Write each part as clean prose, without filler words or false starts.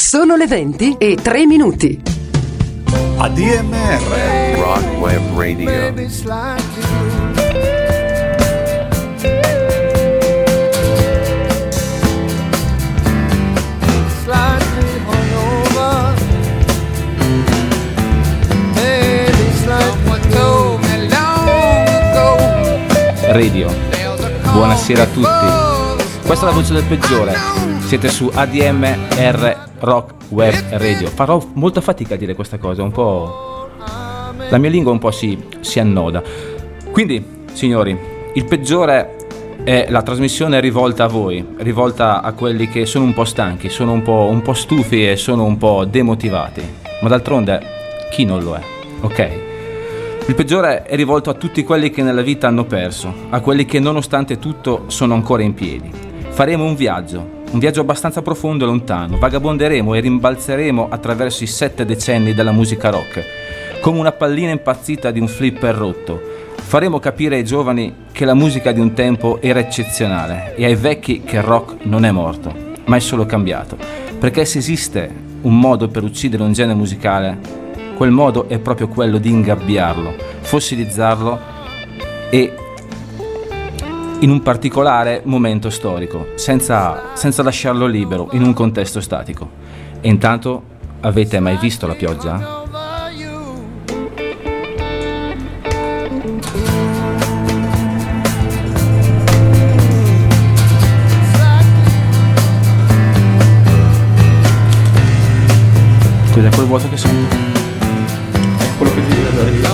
Sono le 20:03. ADMR Rock Web Radio. Radio. Buonasera a tutti. Questa è la voce del peggiore. Siete su ADMR Rock Web Radio. Farò molta fatica a dire questa cosa, un po'. La mia lingua un po' si annoda. Quindi, signori, il peggiore è la trasmissione rivolta a voi, rivolta a quelli che sono un po' stanchi, sono un po' stufi e sono un po' demotivati. Ma d'altronde chi non lo è, ok? Il peggiore è rivolto a tutti quelli che nella vita hanno perso, a quelli che nonostante tutto sono ancora in piedi. Faremo un viaggio abbastanza profondo e lontano, vagabonderemo e rimbalzeremo attraverso i 7 decenni della musica rock, come una pallina impazzita di un flipper rotto. Faremo capire ai giovani che la musica di un tempo era eccezionale e ai vecchi che il rock non è morto, ma è solo cambiato, perché se esiste un modo per uccidere un genere musicale, quel modo è proprio quello di ingabbiarlo, fossilizzarlo e in un particolare momento storico, senza lasciarlo libero in un contesto statico. E intanto, avete mai visto la pioggia? Cos'è quel vuoto che sento? Quello che ti dico da io.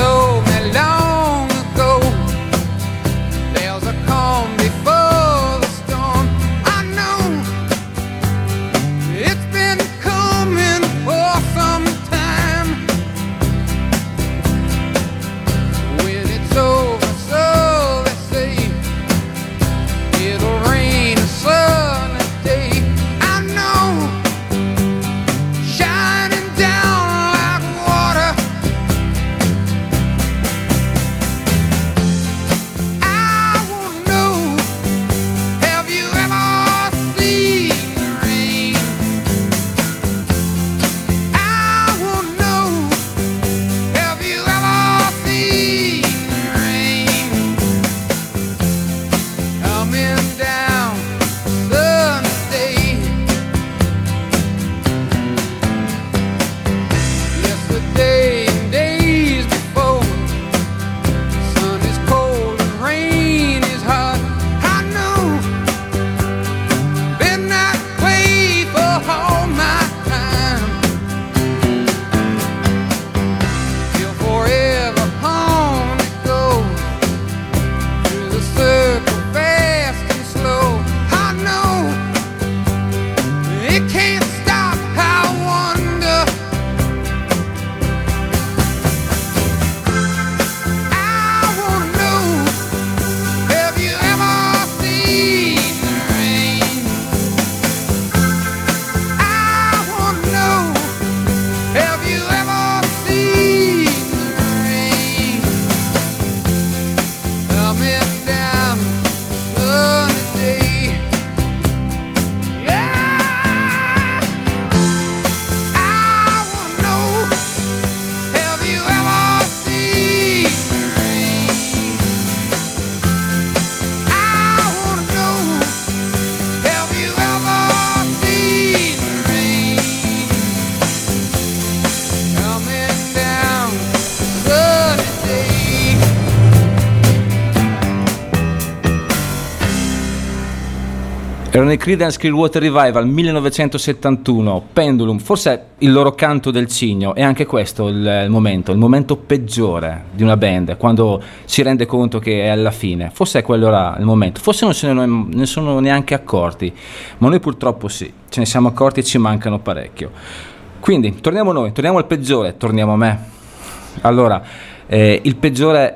Erano i Creedence Clearwater Revival 1971, Pendulum, forse il loro canto del cigno, e anche questo il momento peggiore di una band, quando si rende conto che è alla fine. Forse quello era il momento, forse non se ne sono neanche accorti, ma noi purtroppo sì, ce ne siamo accorti e ci mancano parecchio. Quindi torniamo al peggiore, torniamo a me. Allora, il peggiore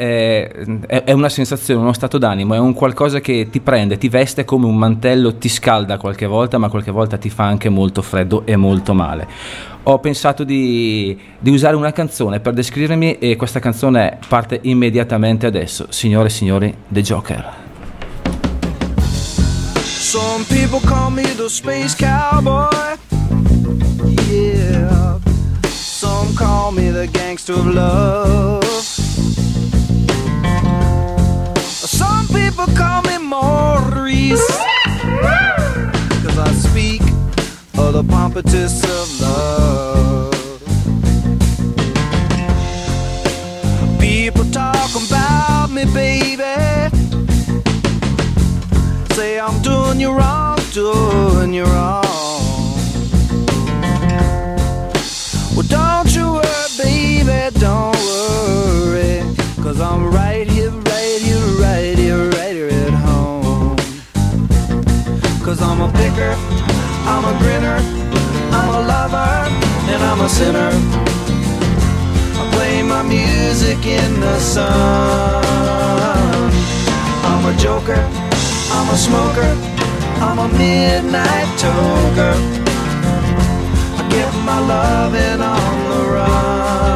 è una sensazione, uno stato d'animo, è un qualcosa che ti prende, ti veste come un mantello, ti scalda qualche volta, ma qualche volta ti fa anche molto freddo e molto male. Ho pensato di usare una canzone per descrivermi, e questa canzone parte immediatamente adesso. Signore e signori, The Joker. Some people call me the space cowboy. the gangster of love. Some people call me Maurice, 'cause I speak of the pompatus of love. People talk about me, baby, say I'm doing you wrong, doing you wrong. Well, don't you worry, baby, don't worry, 'cause I'm right here, right here, right here, right here at home. 'Cause I'm a picker, I'm a grinner, I'm a lover, and I'm a sinner. I play my music in the sun. I'm a joker, I'm a smoker, I'm a midnight toker. I get my loving on the run.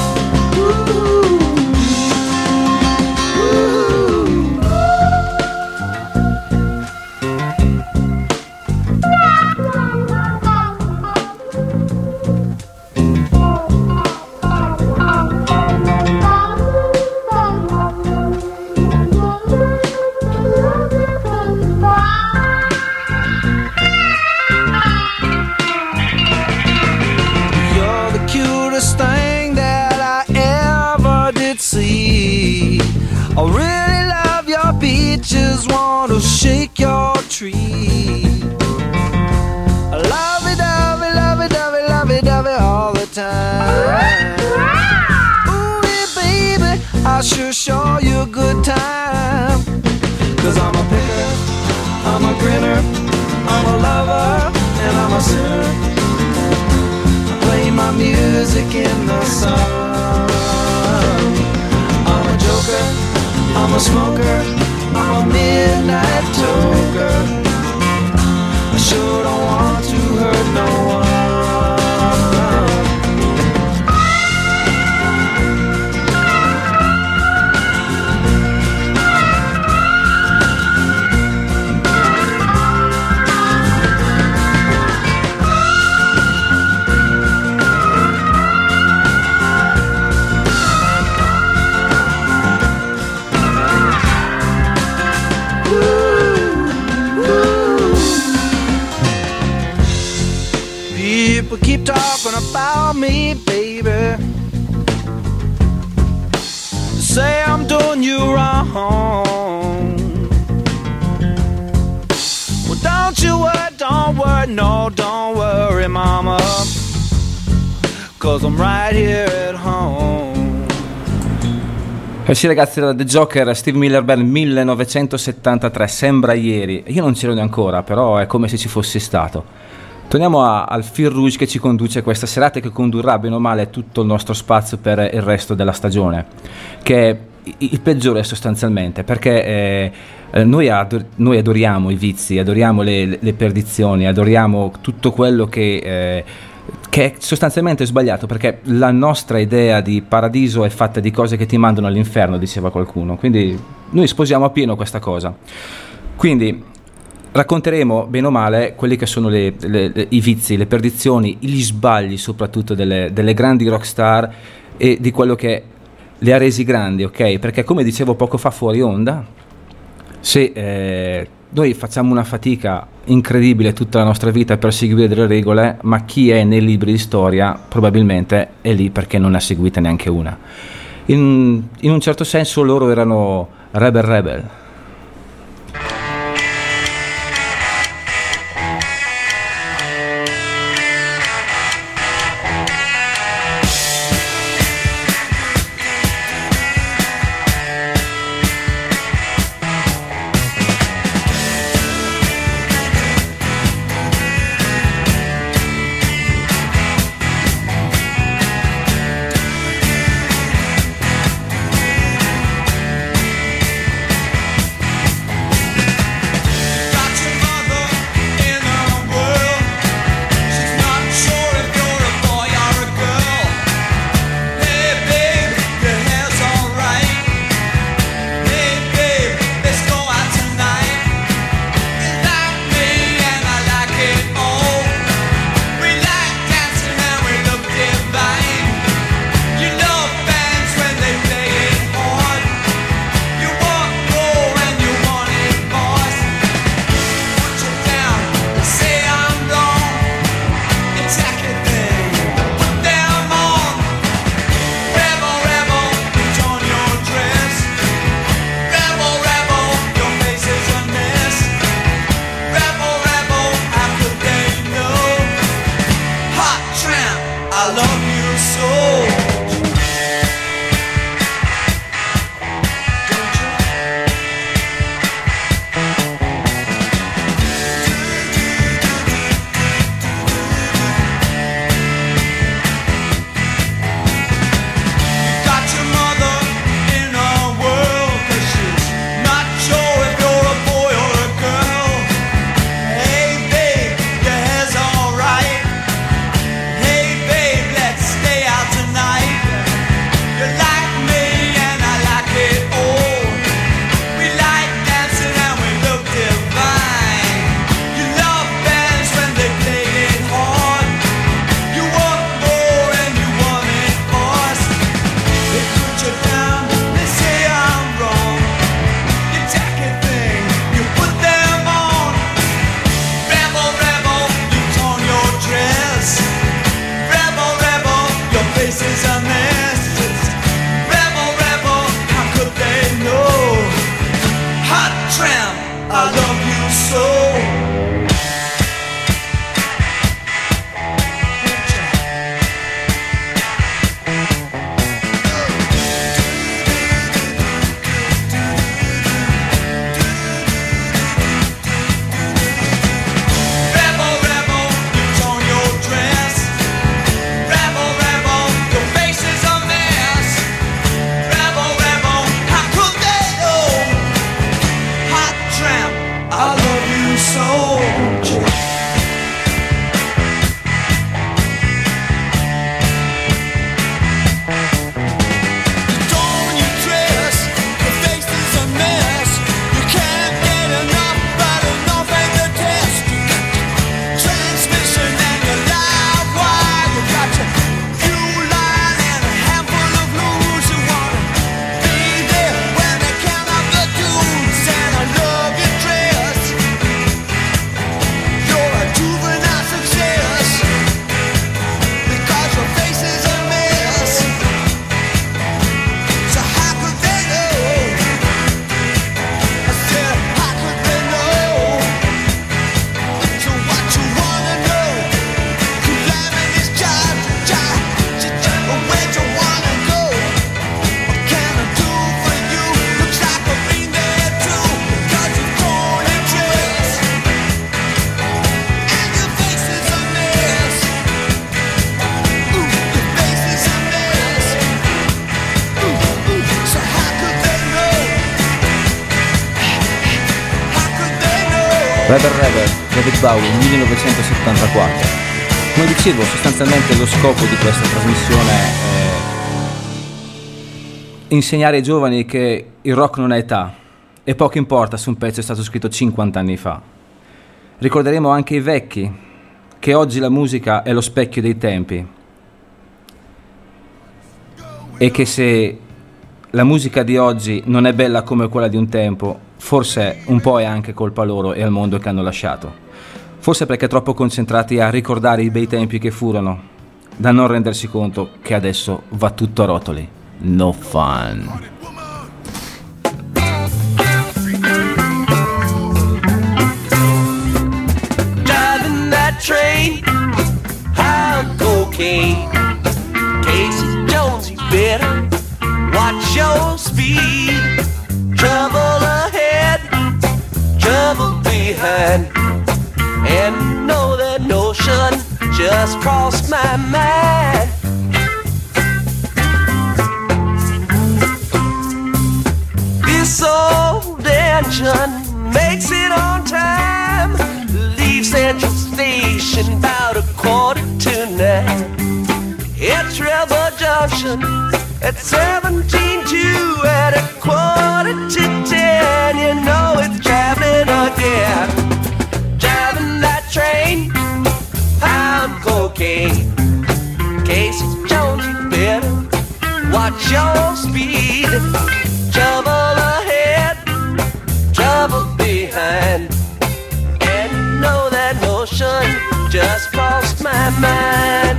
I really love your beaches, want to shake your tree. I love it, love it, love it, love it, love it, love it all the time. Ooh, yeah, baby, I sure show you a good time. 'Cause I'm a picker, I'm a grinner, I'm a lover, and I'm a sinner. I play my music in the sun. I'm a joker, I'm a smoker, I'm a midnight toker. I sure don't want to hurt no one. People keep talking about me, baby. Say I'm doing you wrong. Well, don't worry, no, don't worry, mama, 'cause I'm right here at home. Eh sì ragazzi, era The Joker, Steve Miller Band 1973, sembra ieri. Io non c'ero ancora, però è come se ci fossi stato. Torniamo al fil rouge che ci conduce questa serata e che condurrà bene o male tutto il nostro spazio per il resto della stagione, che è il peggiore sostanzialmente, perché noi adoriamo i vizi, adoriamo le perdizioni, adoriamo tutto quello che è sostanzialmente sbagliato, perché la nostra idea di paradiso è fatta di cose che ti mandano all'inferno, diceva qualcuno, quindi noi sposiamo appieno questa cosa. Quindi racconteremo bene o male quelli che sono i vizi, le perdizioni, gli sbagli soprattutto delle grandi rockstar e di quello che le ha resi grandi, ok? Perché come dicevo poco fa fuori onda, se noi facciamo una fatica incredibile tutta la nostra vita per seguire delle regole, ma chi è nei libri di storia probabilmente è lì perché non ne ha seguita neanche una. In un certo senso loro erano rebel. I love you so. Rever, David Bowie, 1974. Come dicevo, sostanzialmente lo scopo di questa trasmissione è insegnare ai giovani che il rock non ha età e poco importa se un pezzo è stato scritto 50 anni fa. Ricorderemo anche i vecchi che oggi la musica è lo specchio dei tempi e che se la musica di oggi non è bella come quella di un tempo, forse un po' è anche colpa loro e al mondo che hanno lasciato. Forse perché troppo concentrati a ricordare i bei tempi che furono, da non rendersi conto che adesso va tutto a rotoli. No fun. Driving that train, high cocaine. Casey Jones, you better watch your speed. Trouble ahead, trouble behind. And know that notion just crossed my mind. This old engine makes it on time. Leave Central Station about 8:45. It's Rebel Junction at 17:2 at 9:45. You know it's traveling again. Driving that train, I'm cocaine. Casey Jones, you better watch your speed. Trouble ahead, trouble behind. And know that notion just crossed my mind.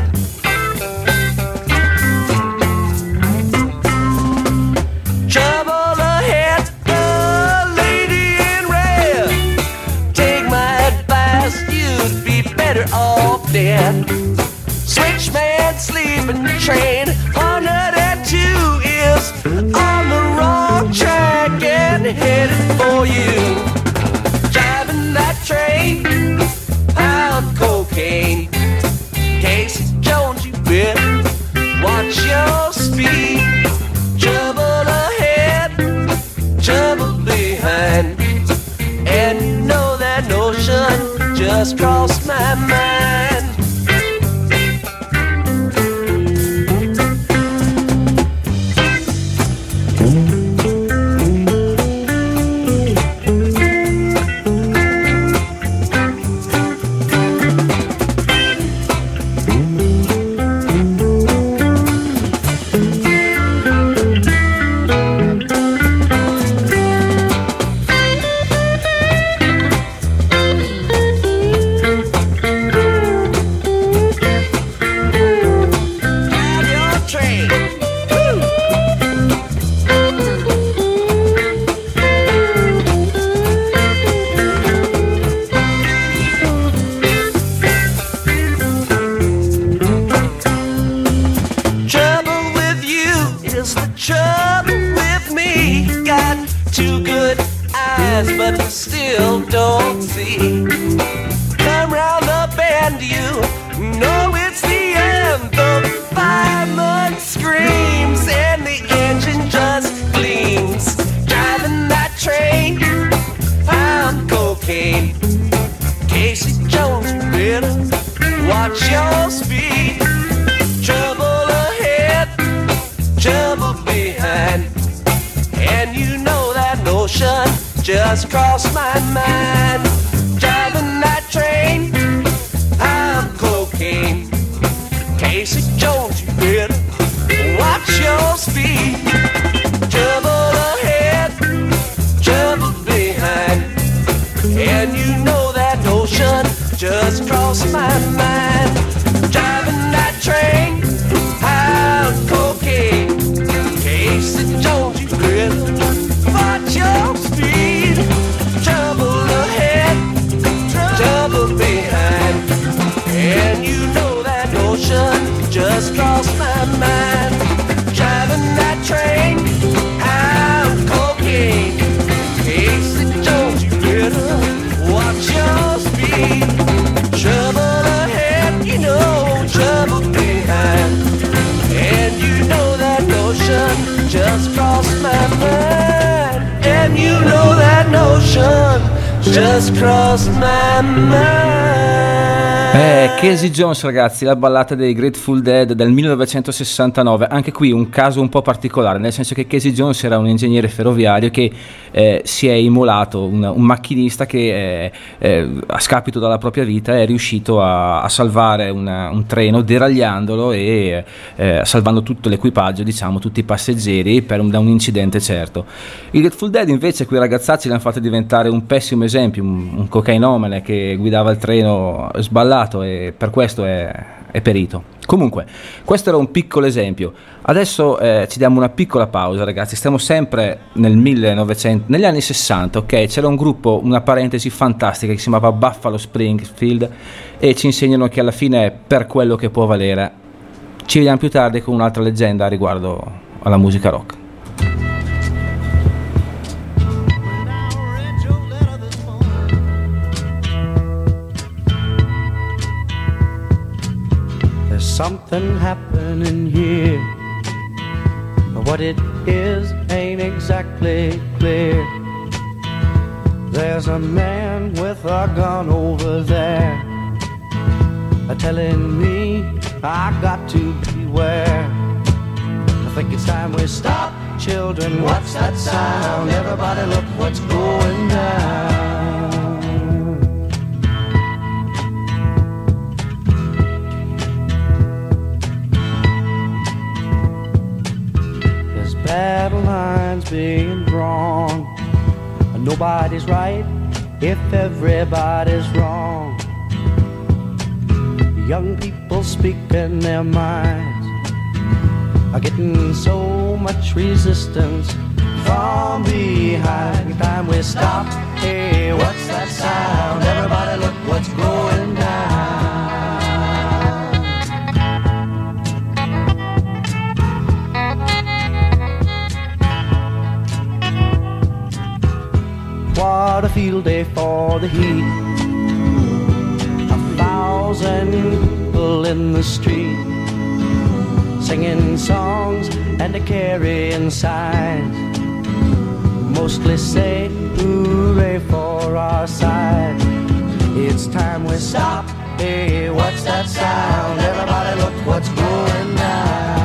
Trouble ahead, the lady in red. Take my advice, you'd be better off dead. Switchman can't sleep in the train. 102 is on the wrong track and headed for you. Driving that train, pound cocaine. Casey Jones, you better watch your speed. Trouble ahead, trouble behind. And you know that notion just crossed my mind. But still don't see. Come round the bend, you know it's the end. The fireman screams and the engine just gleams. Driving that train, pound cocaine. Casey Jones, better watch your speed. Trouble ahead, trouble behind. And you know that notion just crossed my mind. Driving that train, I'm cocaine. Casey Jones, you better watch your speed. Trouble ahead, trouble behind. And you know that notion just crossed my mind. Driving that train, I'm cocaine. Casey Jones, you better watch your speed. Trouble ahead, trouble behind. And you know that notion just crossed my mind. Driving that train, I'm cocaine. Casey Jones, you better watch your speed. Trouble ahead, you know, trouble behind. And you know that notion just crossed my mind. And you know that notion just crossed my mind. Casey Jones, ragazzi, la ballata dei Grateful Dead del 1969. Anche qui un caso un po' particolare, nel senso che Casey Jones era un ingegnere ferroviario che si è immolato, un macchinista che a scapito della propria vita è riuscito a salvare un treno deragliandolo e salvando tutto l'equipaggio, diciamo tutti i passeggeri da un incidente certo. I Grateful Dead invece, quei ragazzacci li hanno fatti diventare un pessimo esempio, un cocainomane che guidava il treno sballato e per questo è perito. Comunque, questo era un piccolo esempio. Adesso ci diamo una piccola pausa, ragazzi. Stiamo sempre negli anni 60, ok? C'era un gruppo, una parentesi fantastica che si chiamava Buffalo Springfield e ci insegnano che alla fine è per quello che può valere. Ci vediamo più tardi con un'altra leggenda riguardo alla musica rock. Something happening here, but what it is ain't exactly clear. There's a man with a gun over there, telling me I got to beware. I think it's time we stop, children. What's that sound? Everybody look what's going down. Battle lines being drawn. Nobody's right if everybody's wrong. Young people speaking their minds are getting so much resistance from behind. Time we stop. Hey, what's that sound? Everybody look what's going down. field day for the heat. 1,000 people in the street, singing songs and carrying signs, mostly say hooray for our side. It's time we stop. Hey, what's that sound? Everybody look what's going down.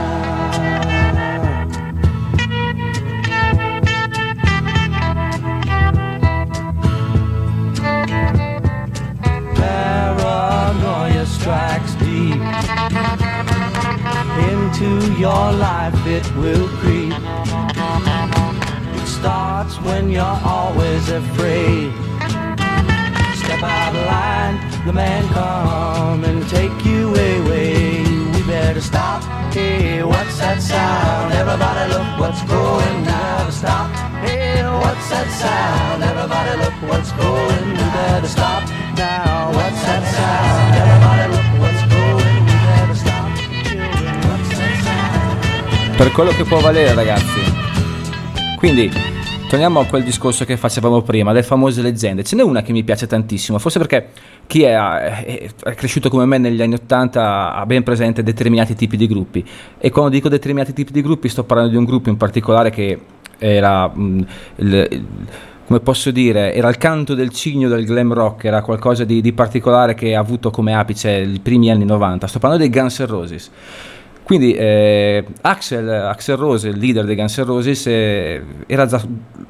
Paranoia strikes deep into your life, it will creep. It starts when you're always afraid. Step out of line, the man come and take you away. We better stop. Hey, what's that sound? Everybody look what's going down. Stop. Hey, what's that sound? Everybody look what's going. We better stop now. What's that sound? Everybody look what's going. We better stop. Children, what's that sound? Per quello che può valere, ragazzi. Quindi torniamo a quel discorso che facevamo prima, le famose leggende. Ce n'è una che mi piace tantissimo, forse perché chi è cresciuto come me negli anni 80 ha ben presente determinati tipi di gruppi. E quando dico determinati tipi di gruppi sto parlando di un gruppo in particolare che era, come posso dire, era il canto del cigno del glam rock, era qualcosa di particolare che ha avuto come apice i primi anni 90. Sto parlando dei Guns N' Roses. Quindi Axl Rose, il leader dei Guns N' Roses, era già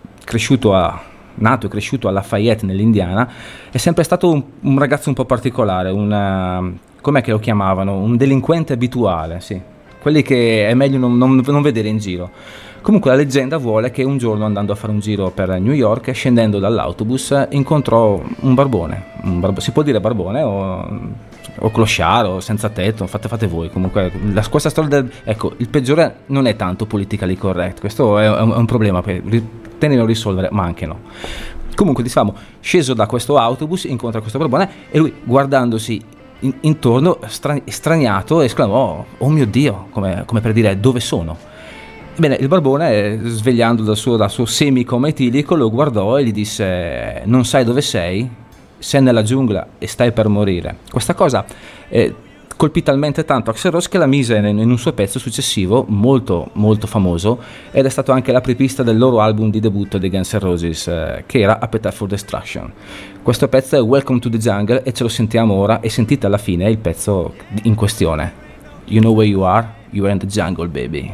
nato e cresciuto a Lafayette nell'Indiana, è sempre stato un ragazzo un po' particolare, com'è che lo chiamavano? Un delinquente abituale, sì, quelli che è meglio non vedere in giro. Comunque la leggenda vuole che un giorno, andando a fare un giro per New York, scendendo dall'autobus, incontrò un barbone, si può dire barbone o clochard o senza tetto, fate voi. Comunque questa storia ecco, il peggiore non è tanto politically correct, questo è un problema, tenere a risolvere, ma anche no. Comunque diciamo, sceso da questo autobus, incontra questo barbone e lui, guardandosi intorno, straniato, esclamò oh mio Dio, come per dire dove sono. Bene, il barbone, svegliando dal suo semicoma etilico, lo guardò e gli disse non sai dove sei? Sei nella giungla e stai per morire. Questa cosa colpì talmente tanto Axl Rose che la mise in un suo pezzo successivo molto molto famoso, ed è stato anche l'apripista del loro album di debutto dei Guns N' Roses, che era Appetite for Destruction. Questo pezzo è Welcome to the Jungle e ce lo sentiamo ora, e sentite alla fine il pezzo in questione. You know where you are in the jungle, baby.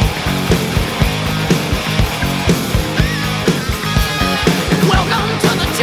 Welcome to the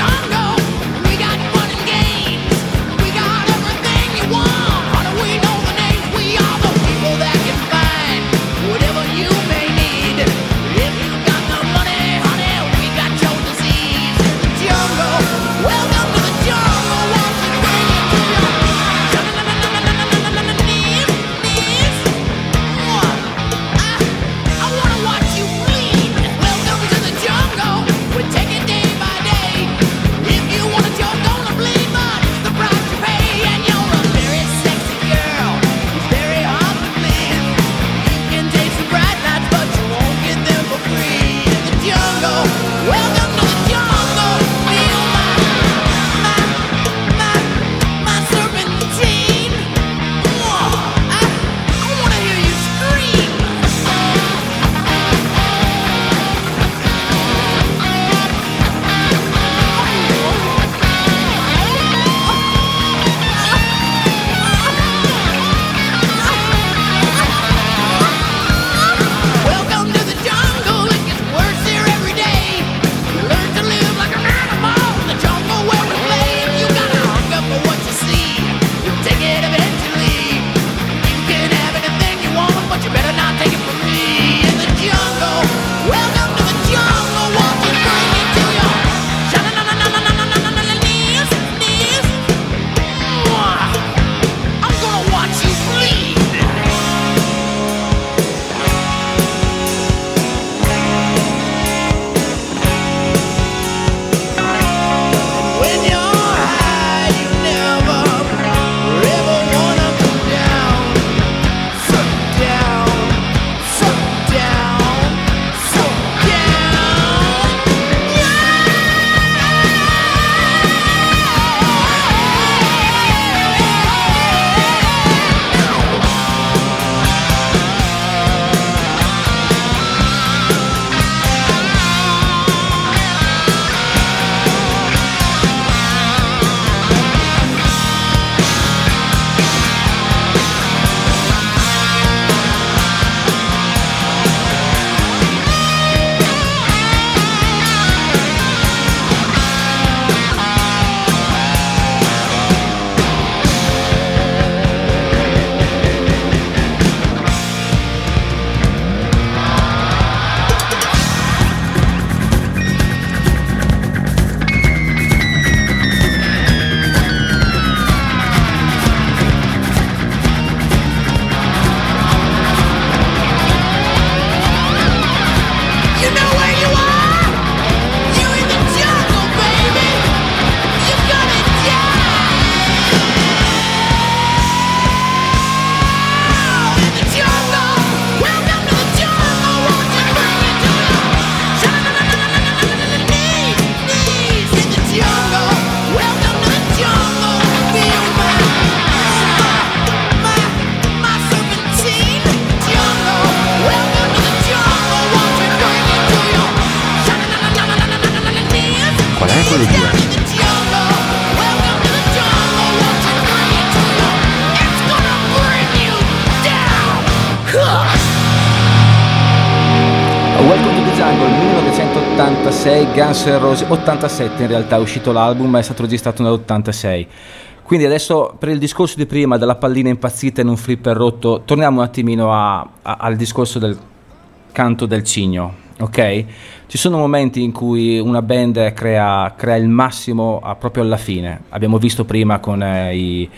86, Guns N' Roses, 87 in realtà è uscito l'album, ma è stato registrato nell'86. Quindi adesso, per il discorso di prima della pallina impazzita in un flipper rotto, torniamo un attimino al discorso del canto del cigno, ok? Ci sono momenti in cui una band crea il massimo proprio alla fine. Abbiamo visto prima con i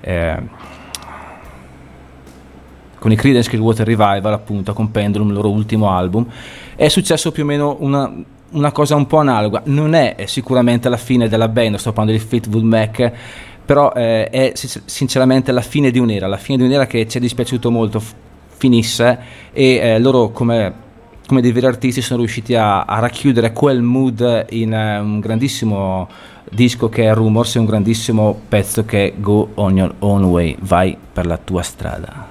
Creedence Clearwater Revival, appunto, con Pendulum, il loro ultimo album. È successo più o meno una cosa un po' analoga. Non è sicuramente la fine della band, sto parlando di Fleetwood Mac, però è sinceramente la fine di un'era che ci è dispiaciuto molto finisse, e loro come dei veri artisti sono riusciti a racchiudere quel mood in un grandissimo disco che è Rumors, e un grandissimo pezzo che è Go On Your Own Way, vai per la tua strada.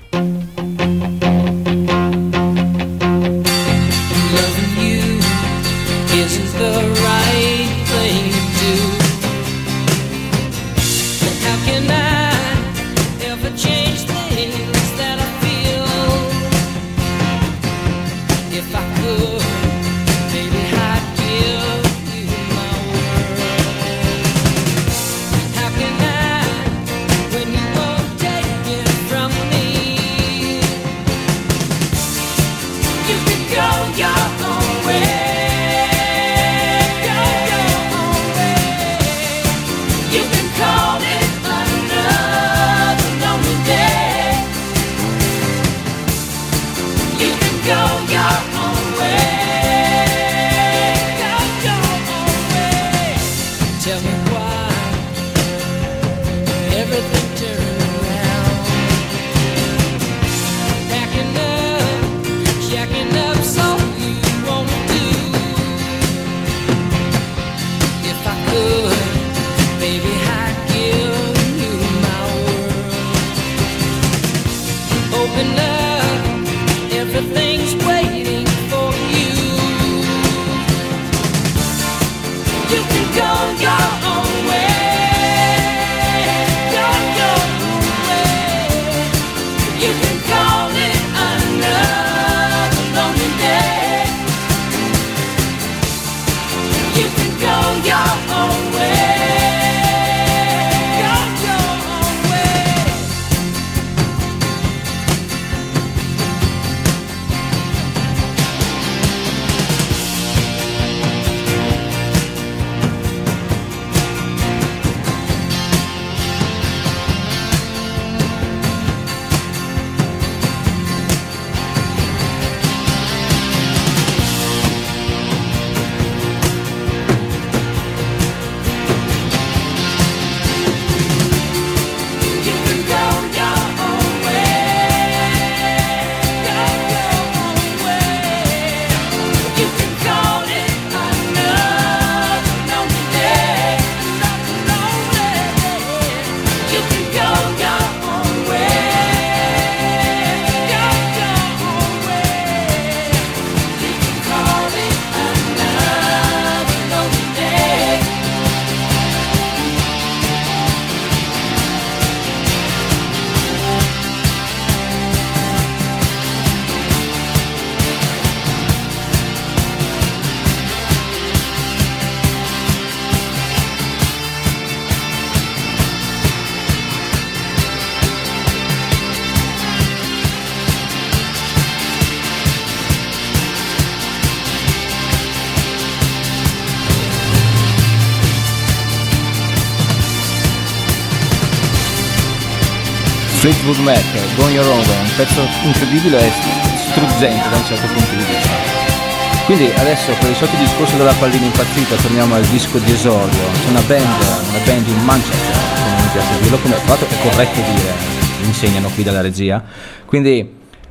Fleetwood Mac, Go On Your Own Way, un pezzo incredibile e struggente da un certo punto di vista. Quindi adesso, per il solito discorso della pallina impazzita, torniamo al disco di esordio. C'è una band in Manchester, come mi piace dirlo, come tra l'altro è corretto dire, mi insegnano qui dalla regia. Quindi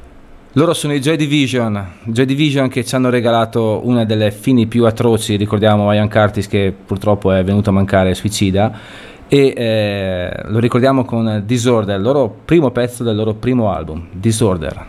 loro sono i Joy Division che ci hanno regalato una delle fini più atroci. Ricordiamo Ian Curtis, che purtroppo è venuto a mancare, suicida, e lo ricordiamo con Disorder, il loro primo pezzo del loro primo album, Disorder.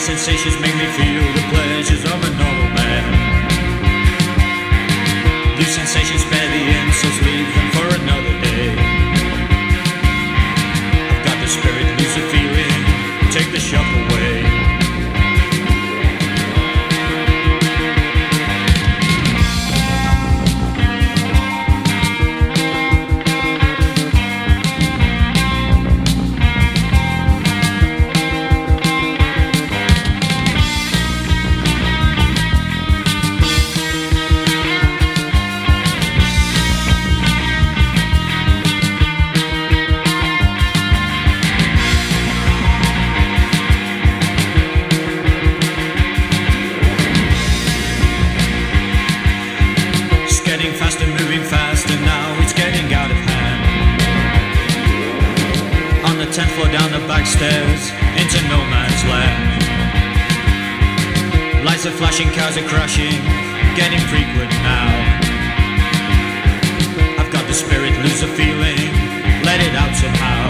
sensations make me feel the pleasures of a normal man. These sensations spare the insults, leave them for another day. I've got the spirit, lose the feeling, take the shock away. Stairs into no man's land. Lights are flashing, cars are crashing, getting frequent now. I've got the spirit, lose the feeling, let it out somehow.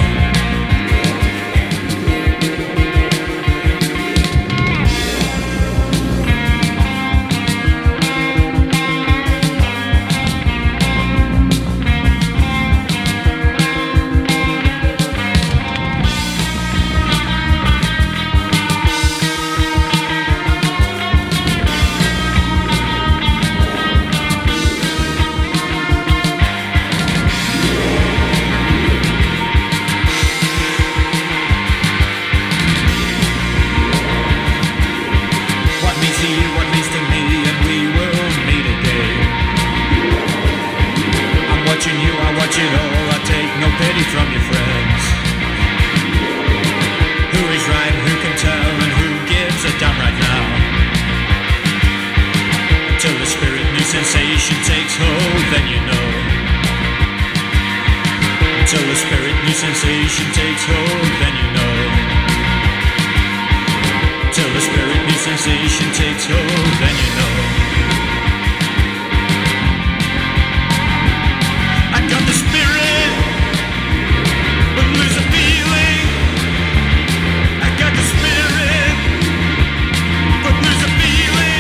Sensation takes hold, then you know. Until the spirit, new sensation takes hold, then you know. Till the spirit, new sensation takes hold, then you know. I got the spirit, but lose a feeling. I got the spirit, but lose a feeling.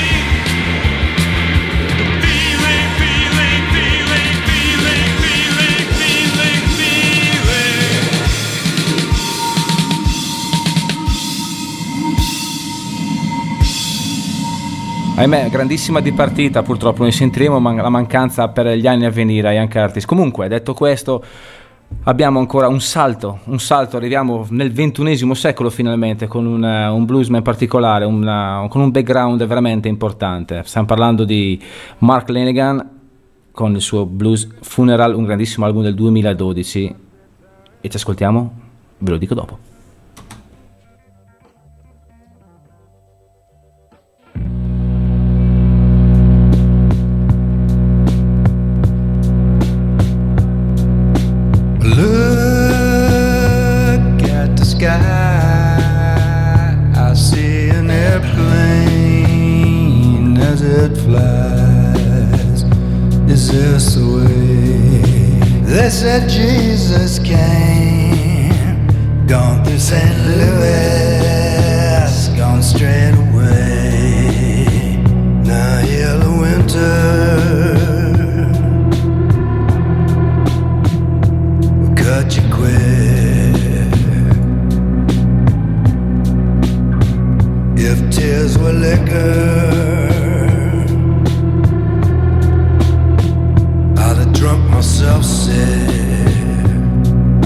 Ahimè, grandissima dipartita, purtroppo ne sentiremo la mancanza per gli anni a venire a Ian Curtis. Comunque, detto questo, abbiamo ancora un salto, arriviamo nel XXI secolo finalmente con un bluesman particolare, con un background veramente importante. Stiamo parlando di Mark Lanegan con il suo Blues Funeral, un grandissimo album del 2012, e ci ascoltiamo, ve lo dico dopo. I see an airplane as it flies. Is this the way? They said Jesus came, gone through St. Louis, gone straight away. Now hear the winter will cut you quick. If tears were liquor, I'd have drunk myself sick.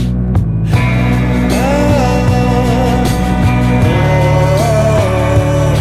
Oh,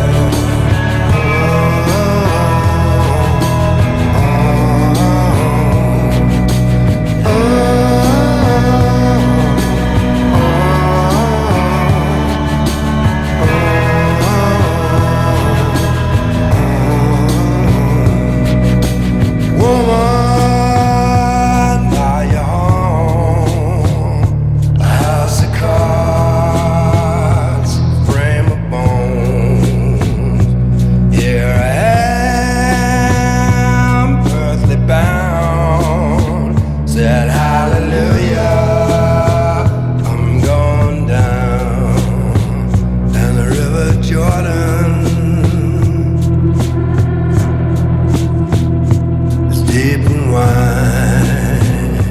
deep and wide.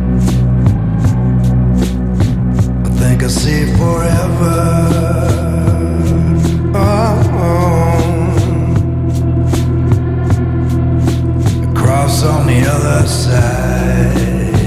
I think I see forever. Across on the other side.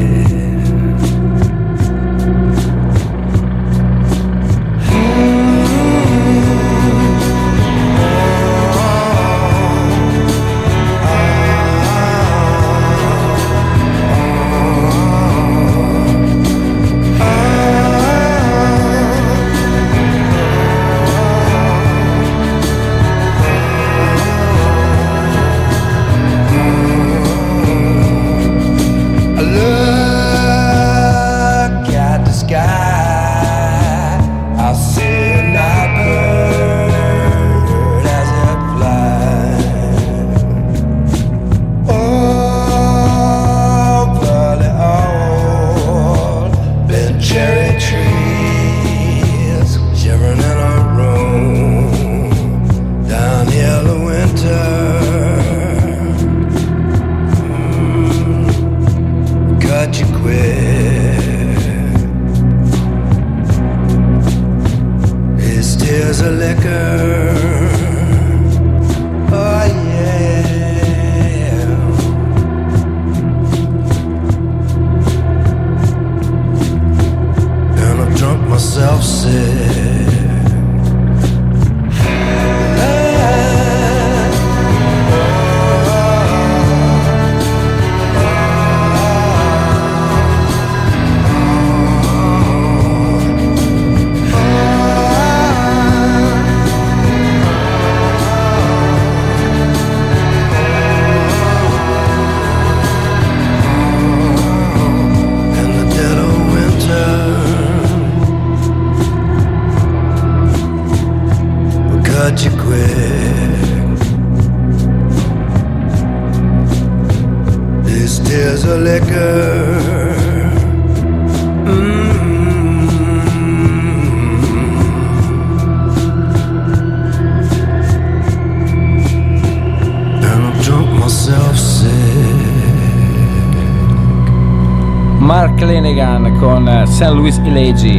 Mark Lanegan con St. Louis Elegy,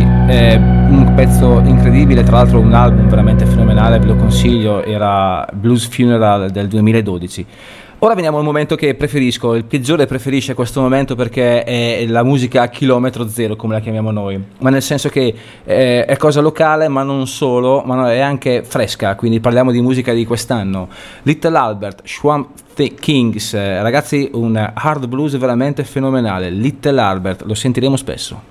un pezzo incredibile, tra l'altro un album veramente fenomenale, ve lo consiglio, era Blues Funeral del 2012. Ora veniamo al momento che preferisco, il peggiore preferisce questo momento perché è la musica a chilometro zero, come la chiamiamo noi, ma nel senso che è cosa locale, ma non solo, ma è anche fresca, quindi parliamo di musica di quest'anno. Little Albert, Swamp Kings, ragazzi, un hard blues veramente fenomenale. Little Albert, lo sentiremo spesso.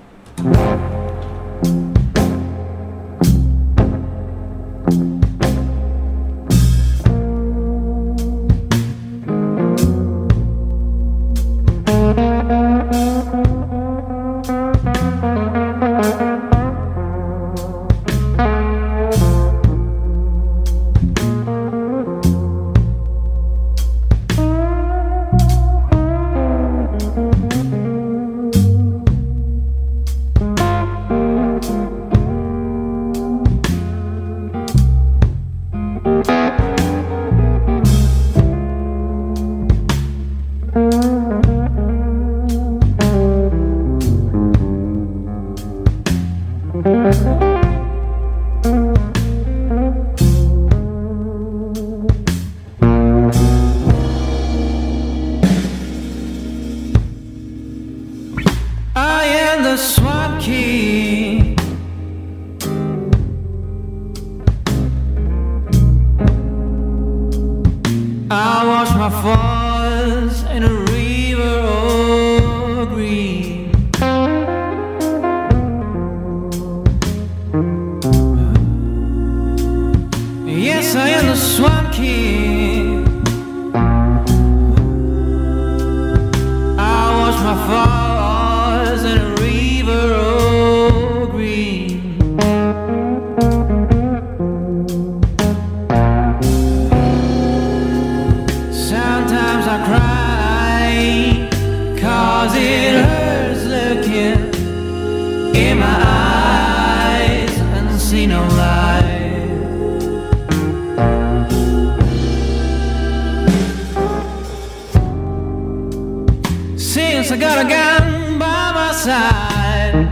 Since I got a gun by my side,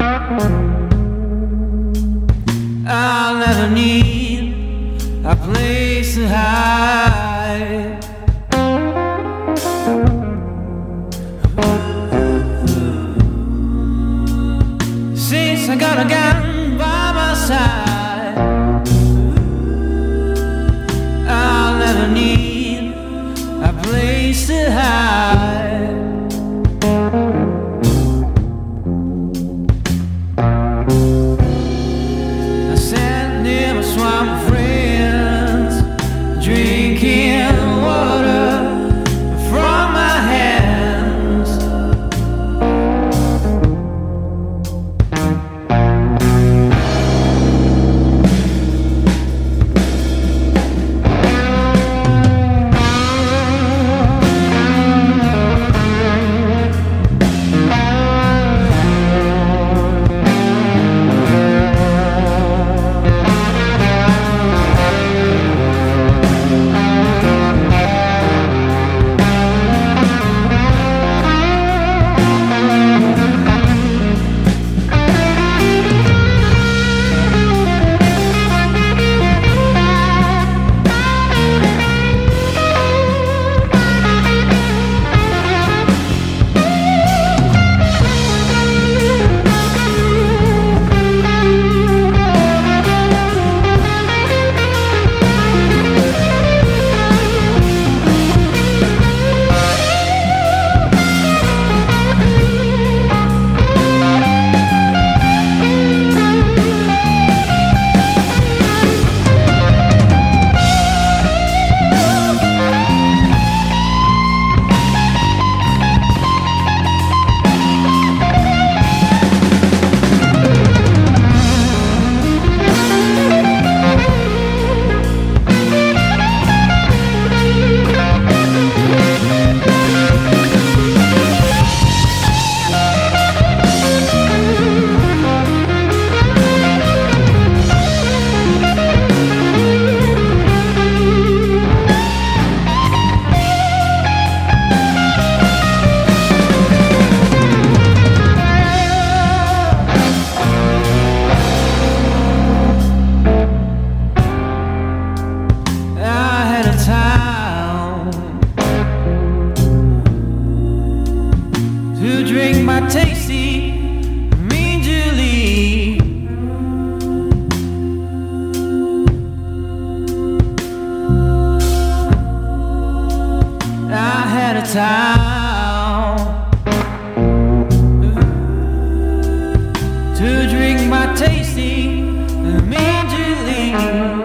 I'll never need a place to hide. Since I got a gun by my side, I'll never need a place to hide. I sat near my swamp friends, drinking water from my hands. To drink my tasty mean Julie.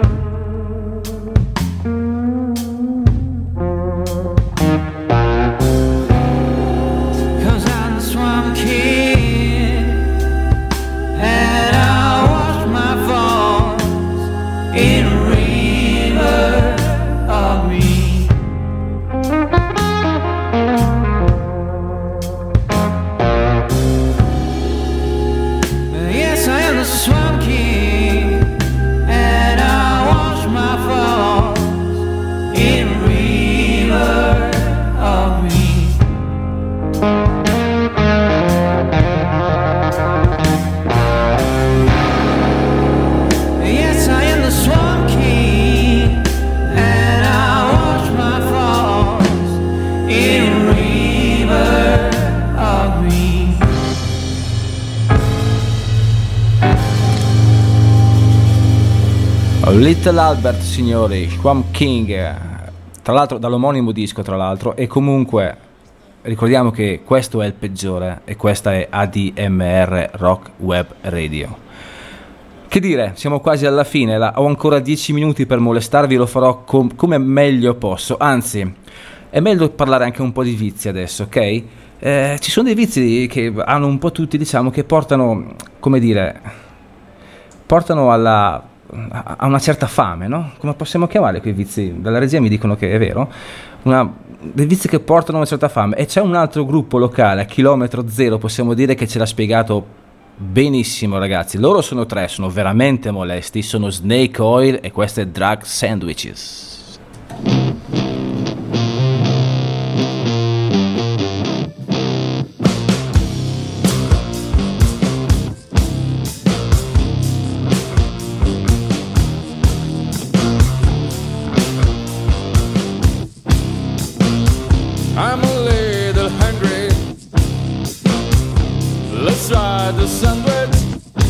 'Cause I'm the swamp kid and I wash my falls in a river of green. Yes, I am the swamp king, and I wash my falls in a river of green. Yes, I am the swamp king, and I wash my falls in a river of green. Little Albert, signori, Swamp King, tra l'altro dall'omonimo disco, tra l'altro, e comunque ricordiamo che questo è il peggiore e questa è ADMR Rock Web Radio. Che dire, siamo quasi alla fine, ho ancora 10 minuti per molestarvi, lo farò come meglio posso, anzi è meglio parlare anche un po' di vizi adesso, ok? Ci sono dei vizi che hanno un po' tutti, diciamo, che portano, come dire, portano a una certa fame, no? Come possiamo chiamare quei vizi? Dalla regia mi dicono che è vero, dei vizi che portano a una certa fame. E c'è un altro gruppo locale a chilometro zero, possiamo dire, che ce l'ha spiegato benissimo, ragazzi. Loro sono tre, sono veramente molesti, sono Snake Oil e questo è Drug Sandwiches. the sandwich.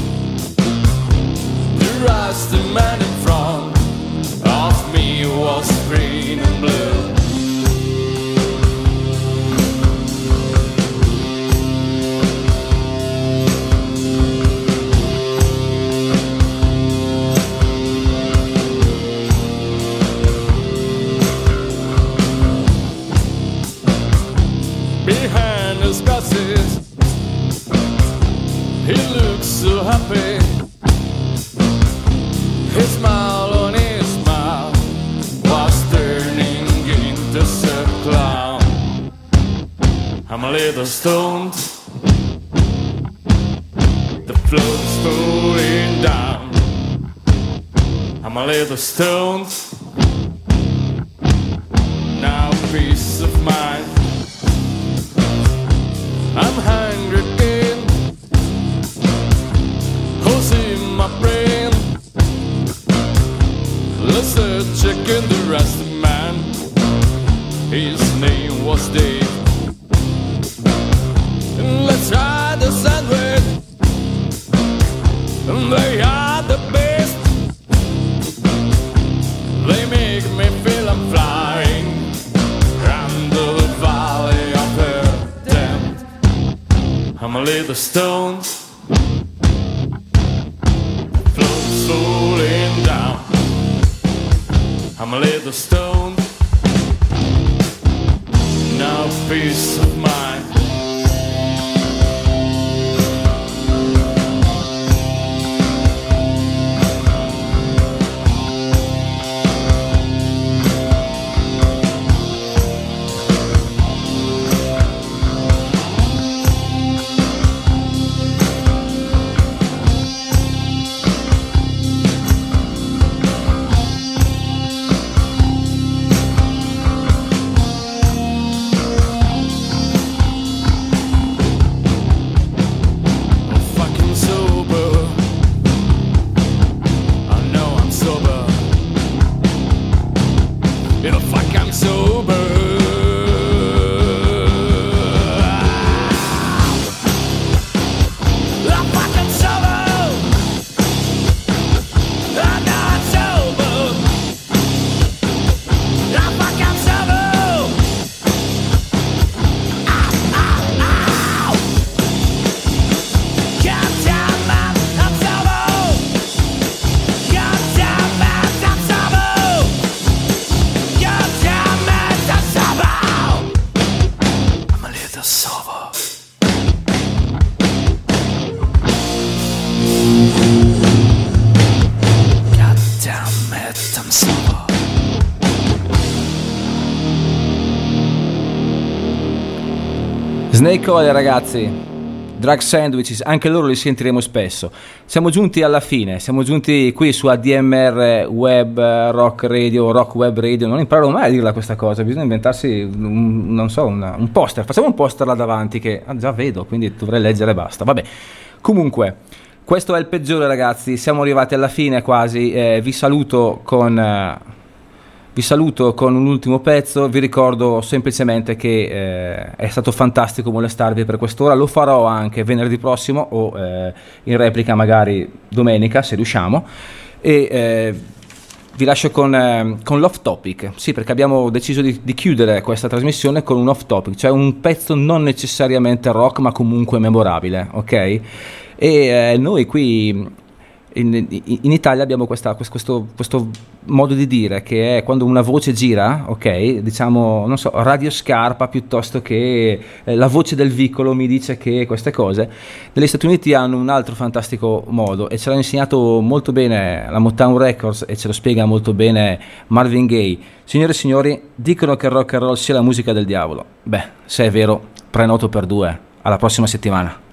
The rusty man in front of me was green and blue. Behind his glasses, he looks so happy. His smile on his mouth was turning into a clown. I'm a little stoned, the float's falling down. I'm a little stoned, now peace of mind. I'm hungry again, holes in my brain. Let's check in the rusty man. His name was Dave. Let's try the sandwich. They are the best. They make me feel I'm flying around the valley of the damned. I'm a little stoned, float's falling down. I'm a little stoned, no peace of mind. Snake Oil, ragazzi, Drug Sandwiches, anche loro li sentiremo spesso. Siamo giunti alla fine, siamo giunti qui su ADMR Web Rock Radio, Rock Web Radio. Non imparo mai a dirla questa cosa, bisogna inventarsi un poster. Facciamo un poster là davanti che già vedo, quindi dovrei leggere e basta. Vabbè, comunque questo è il peggiore, ragazzi, siamo arrivati alla fine quasi. Vi saluto con un ultimo pezzo. Vi ricordo semplicemente che è stato fantastico molestarvi per quest'ora. Lo farò anche venerdì prossimo o in replica magari domenica se riusciamo. E vi lascio con l'off topic. Sì, perché abbiamo deciso di chiudere questa trasmissione con un off topic, cioè un pezzo non necessariamente rock ma comunque memorabile, ok? E noi qui in Italia abbiamo questo modo di dire che è quando una voce gira, ok, diciamo, non so, Radio Scarpa piuttosto che la voce del vicolo mi dice che queste cose. Negli Stati Uniti hanno un altro fantastico modo e ce l'ha insegnato molto bene la Motown Records e ce lo spiega molto bene Marvin Gaye. Signore e signori, dicono che il rock and roll sia la musica del diavolo. Beh, se è vero, prenoto per 2. Alla prossima settimana.